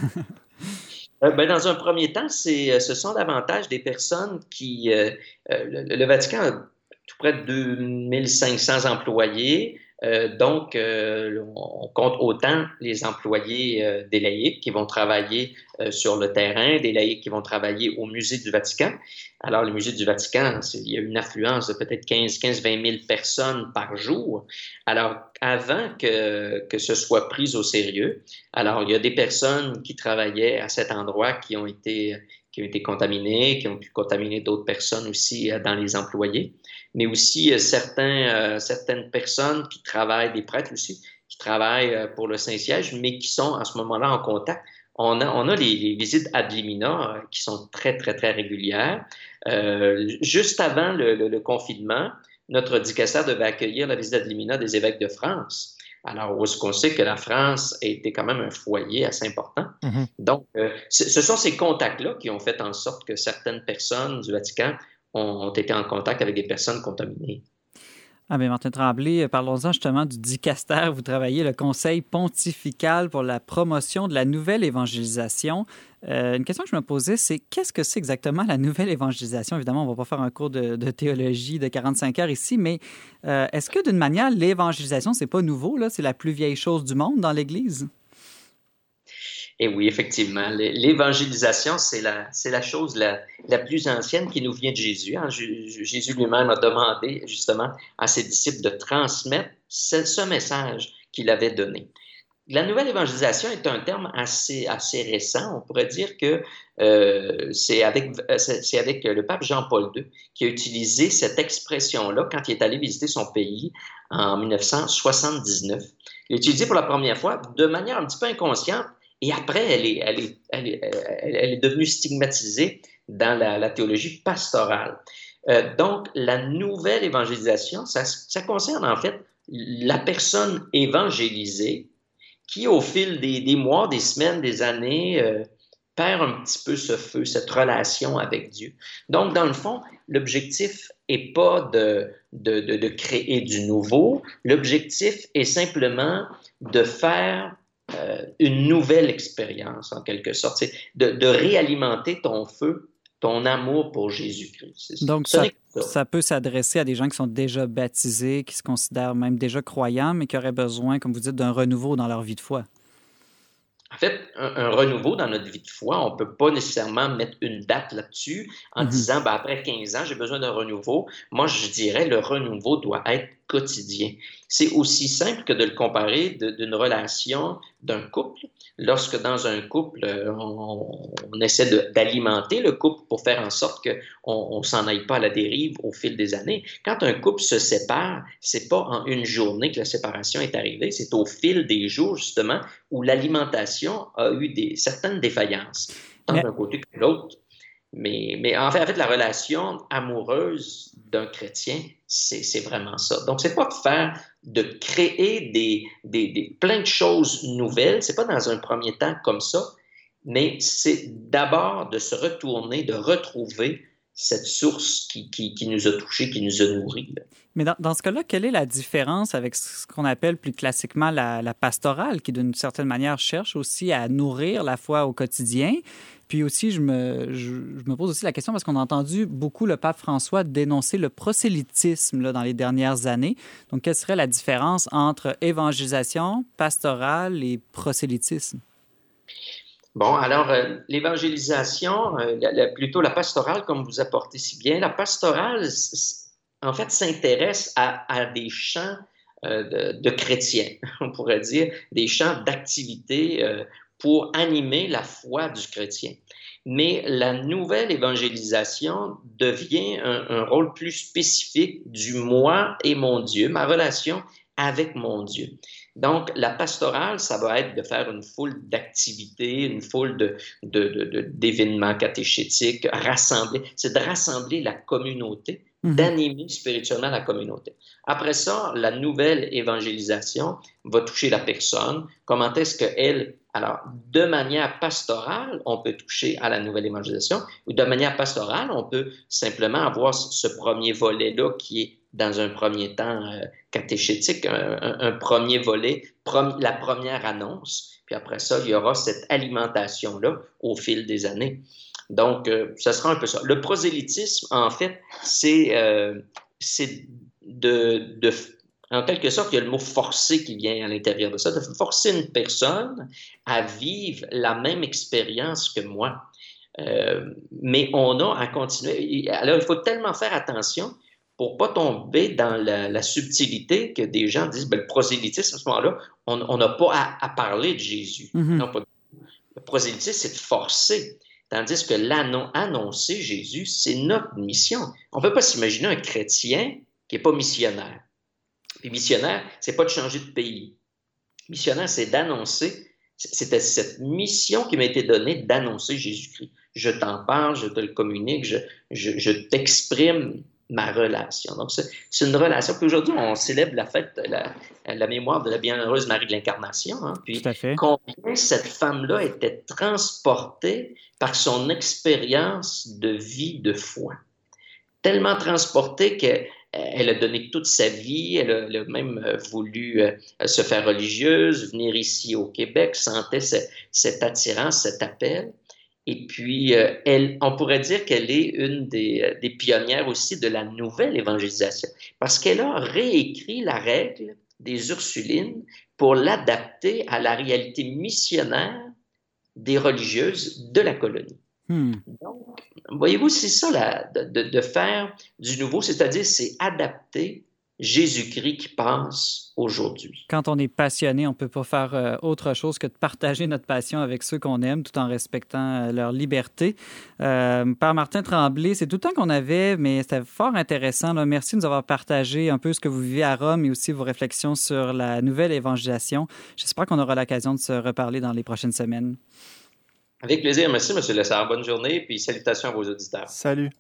euh, ben, dans un premier temps, c'est, ce sont davantage des personnes qui... Euh, le, le Vatican a tout près de deux mille cinq cents employés. Euh, donc, euh, on compte autant les employés euh, des laïcs qui vont travailler euh, sur le terrain, des laïcs qui vont travailler au musée du Vatican. Alors, le musée du Vatican, il y a une affluence de peut-être quinze à vingt mille personnes par jour. Alors, avant que, que ce soit pris au sérieux, alors il y a des personnes qui travaillaient à cet endroit qui ont été, qui ont été contaminées, qui ont pu contaminer d'autres personnes aussi euh, dans les employés, mais aussi euh, certains, euh, certaines personnes qui travaillent, des prêtres aussi, qui travaillent euh, pour le Saint-Siège, mais qui sont à ce moment-là en contact. On a, on a les, les visites ad limina euh, qui sont très, très, très régulières. Euh, juste avant le, le, le confinement, notre dicastère devait accueillir la visite ad limina des évêques de France. Alors, où est-ce qu'on sait que la France a été quand même un foyer assez important. Mm-hmm. Donc, euh, ce sont ces contacts-là qui ont fait en sorte que certaines personnes du Vatican ont, ont été en contact avec des personnes contaminées. Ah bien, Martin Tremblay, parlons-en justement du dicastère. Vous travaillez le Conseil pontifical pour la promotion de la nouvelle évangélisation. Euh, une question que je me posais, c'est qu'est-ce que c'est exactement la nouvelle évangélisation? Évidemment, on ne va pas faire un cours de, de théologie de quarante-cinq heures ici, mais euh, est-ce que d'une manière, l'évangélisation, c'est pas nouveau, là? C'est la plus vieille chose du monde dans l'Église? Et oui, effectivement, l'évangélisation, c'est la, c'est la chose la, la plus ancienne qui nous vient de Jésus. Hein. Jésus lui-même a demandé justement à ses disciples de transmettre ce, ce message qu'il avait donné. La nouvelle évangélisation est un terme assez, assez récent. On pourrait dire que euh, c'est, avec, c'est avec le pape Jean-Paul deux qui a utilisé cette expression-là quand il est allé visiter son pays en dix-neuf cent soixante-dix-neuf. Il l'a utilisé pour la première fois de manière un petit peu inconsciente. Et après, elle est, elle est, elle est, elle est devenue stigmatisée dans la, la théologie pastorale. Euh, donc, la nouvelle évangélisation, ça, ça concerne en fait la personne évangélisée qui, au fil des, des mois, des semaines, des années, euh, perd un petit peu ce feu, cette relation avec Dieu. Donc, dans le fond, l'objectif n'est pas de, de, de, de créer du nouveau. L'objectif est simplement de faire Euh, une nouvelle expérience, en quelque sorte. C'est de, de réalimenter ton feu, ton amour pour Jésus-Christ. C'est, Donc, ça, ça. ça peut s'adresser à des gens qui sont déjà baptisés, qui se considèrent même déjà croyants, mais qui auraient besoin, comme vous dites, d'un renouveau dans leur vie de foi. En fait, un, un renouveau dans notre vie de foi, on ne peut pas nécessairement mettre une date là-dessus en mm-hmm. disant, ben, après quinze ans, j'ai besoin d'un renouveau. Moi, je dirais, le renouveau doit être quotidien. C'est aussi simple que de le comparer de, d'une relation d'un couple. Lorsque dans un couple, on, on essaie de, d'alimenter le couple pour faire en sorte qu'on ne s'en aille pas à la dérive au fil des années. Quand un couple se sépare, c'est pas en une journée que la séparation est arrivée, c'est au fil des jours, justement, où l'alimentation a eu des, certaines défaillances, tant mais... d'un côté que de l'autre. Mais, mais en, fait, en fait, la relation amoureuse d'un chrétien, c'est, c'est vraiment ça. Donc, c'est pas de faire, de créer des, des, des, plein de choses nouvelles. C'est pas dans un premier temps comme ça, mais c'est d'abord de se retourner, de retrouver cette source qui, qui, qui nous a touchés, qui nous a nourris. Là. Mais dans, dans ce cas-là, quelle est la différence avec ce qu'on appelle plus classiquement la, la pastorale, qui d'une certaine manière cherche aussi à nourrir la foi au quotidien? Puis aussi, je me, je, je me pose aussi la question parce qu'on a entendu beaucoup le pape François dénoncer le prosélytisme là, dans les dernières années. Donc, quelle serait la différence entre évangélisation, pastorale et prosélytisme? Bon, alors, euh, l'évangélisation, euh, la, la, plutôt la pastorale, comme vous apportez si bien, la pastorale, en fait, s'intéresse à, à des champs euh, de, de chrétiens, on pourrait dire, des champs d'activité euh, pour animer la foi du chrétien. Mais la nouvelle évangélisation devient un, un rôle plus spécifique du moi et mon Dieu, ma relation avec mon Dieu. Donc, la pastorale, ça va être de faire une foule d'activités, une foule de, de, de, de, d'événements catéchétiques, rassembler. C'est de rassembler la communauté, mm-hmm. d'animer spirituellement la communauté. Après ça, la nouvelle évangélisation va toucher la personne. Comment est-ce qu'elle... Alors, de manière pastorale, on peut toucher à la nouvelle évangélisation, ou de manière pastorale, on peut simplement avoir ce premier volet-là qui est dans un premier temps euh, catéchétique, un, un, un premier volet, prom- la première annonce, puis après ça, il y aura cette alimentation-là au fil des années. Donc, euh, ça sera un peu ça. Le prosélytisme, en fait, c'est, euh, c'est de, de, en quelque sorte, il y a le mot forcer qui vient à l'intérieur de ça, de forcer une personne à vivre la même expérience que moi. Euh, mais on a à continuer. Alors, il faut tellement faire attention pour ne pas tomber dans la, la subtilité que des gens disent, ben, le prosélytisme, à ce moment-là, on n'a pas à, à parler de Jésus. Mm-hmm. Non, pas, le prosélytisme, c'est de forcer. Tandis que l'annoncer Jésus, c'est notre mission. On ne peut pas s'imaginer un chrétien qui n'est pas missionnaire. Puis missionnaire, c'est pas de changer de pays. Missionnaire, c'est d'annoncer. C'était cette mission qui m'a été donnée d'annoncer Jésus-Christ. Je t'en parle, je te le communique, je, je, je t'exprime ma relation. Donc, c'est, c'est une relation. Puis aujourd'hui, on célèbre la fête, la, la mémoire de la bienheureuse Marie de l'Incarnation. Hein. Puis, combien cette femme-là était transportée par son expérience de vie de foi. Tellement transportée qu'elle elle a donné toute sa vie, elle a, elle a même voulu euh, se faire religieuse, venir ici au Québec, sentait ce, cette attirance, cet appel. Et puis, euh, elle, on pourrait dire qu'elle est une des, des pionnières aussi de la nouvelle évangélisation, parce qu'elle a réécrit la règle des Ursulines pour l'adapter à la réalité missionnaire des religieuses de la colonie. Hmm. Donc, voyez-vous, c'est ça, là, de, de faire du nouveau, c'est-à-dire c'est adapter Jésus-Christ qui passe aujourd'hui. Quand on est passionné, on ne peut pas faire euh, autre chose que de partager notre passion avec ceux qu'on aime tout en respectant euh, leur liberté. Euh, Père Martin Tremblay, c'est tout le temps qu'on avait, mais c'était fort intéressant. Là. Merci de nous avoir partagé un peu ce que vous vivez à Rome et aussi vos réflexions sur la nouvelle évangélisation. J'espère qu'on aura l'occasion de se reparler dans les prochaines semaines. Avec plaisir. Merci, M. Lessard. Bonne journée, puis salutations à vos auditeurs. Salut.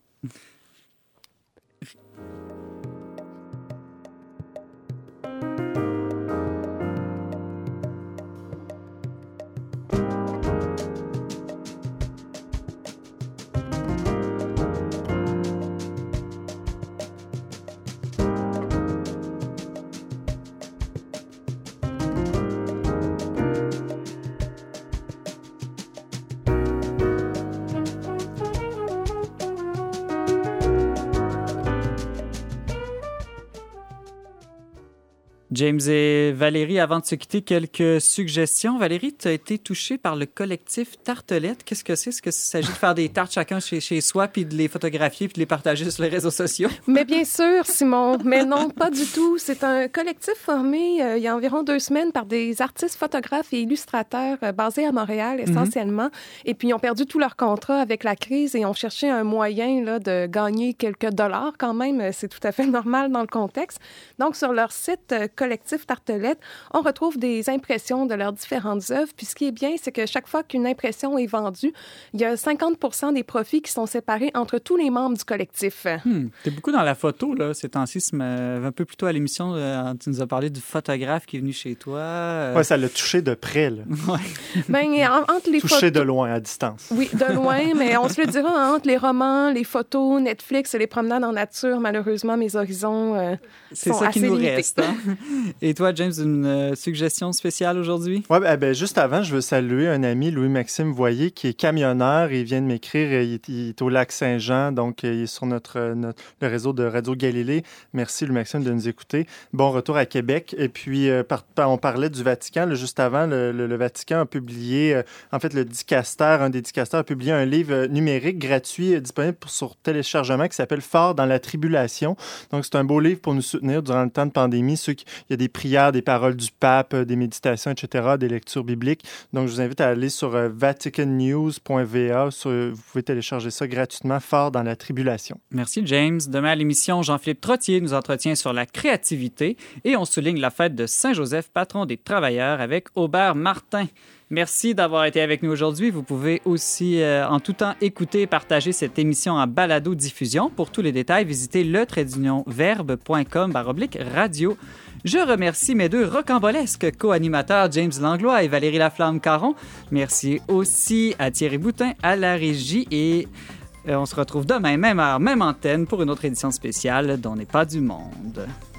James et Valérie, avant de se quitter, quelques suggestions. Valérie, tu as été touchée par le collectif Tartelette. Qu'est-ce que c'est? Est-ce qu'il s'agit de faire des tartes chacun chez, chez soi, puis de les photographier, puis de les partager sur les réseaux sociaux? Mais bien sûr, Simon. Mais non, pas du tout. C'est un collectif formé euh, il y a environ deux semaines par des artistes, photographes et illustrateurs euh, basés à Montréal, essentiellement. Mm-hmm. Et puis, ils ont perdu tout leur contrat avec la crise et ont cherché un moyen là, de gagner quelques dollars quand même. C'est tout à fait normal dans le contexte. Donc, sur leur site euh, collectif Tartelette, on retrouve des impressions de leurs différentes œuvres. Puis ce qui est bien, c'est que chaque fois qu'une impression est vendue, il y a cinquante pour cent des profits qui sont séparés entre tous les membres du collectif. Hmm. T'es beaucoup dans la photo, là, ces temps-ci. Un peu plus tôt à l'émission, euh, tu nous as parlé du photographe qui est venu chez toi. Euh... Oui, ça l'a touché de près, là. Ouais. Ben, en, entre les touché photos... de loin, à distance. Oui, de loin, mais on se le dira, hein, entre les romans, les photos, Netflix et les promenades en nature, malheureusement, mes horizons euh, sont ça assez qui nous limités. Reste, hein? Et toi, James, une euh, suggestion spéciale aujourd'hui? Oui, ben, ben, juste avant, je veux saluer un ami, Louis-Maxime Voyer, qui est camionneur. Il vient de m'écrire, il est, il est au Lac-Saint-Jean, donc il est sur notre, notre, le réseau de Radio Galilée. Merci, Louis-Maxime, de nous écouter. Bon retour à Québec. Et puis, euh, par, on parlait du Vatican. Là, juste avant, le, le, le Vatican a publié, euh, en fait, le dicaster, un des dicasters a publié un livre euh, numérique gratuit, euh, disponible pour, sur téléchargement, qui s'appelle « Fort dans la tribulation ». Donc, c'est un beau livre pour nous soutenir durant le temps de pandémie. Ceux qui, il y a des prières, des paroles du pape, des méditations, et cetera, des lectures bibliques. Donc, je vous invite à aller sur euh, vatican news point v a. Sur, vous pouvez télécharger ça gratuitement, Fort dans la tribulation. Merci, James. Demain à l'émission, Jean-Philippe Trottier nous entretient sur la créativité et on souligne la fête de Saint-Joseph, patron des travailleurs, avec Aubert Martin. Merci d'avoir été avec nous aujourd'hui. Vous pouvez aussi, euh, en tout temps, écouter et partager cette émission en balado-diffusion. Pour tous les détails, visitez le trait d'union verbe point com baroblique radio. Je remercie mes deux rocambolesques co-animateurs, James Langlois et Valérie Laflamme-Caron. Merci aussi à Thierry Boutin à la régie et euh, on se retrouve demain, même heure, même antenne, pour une autre édition spéciale d'On n'est pas du monde.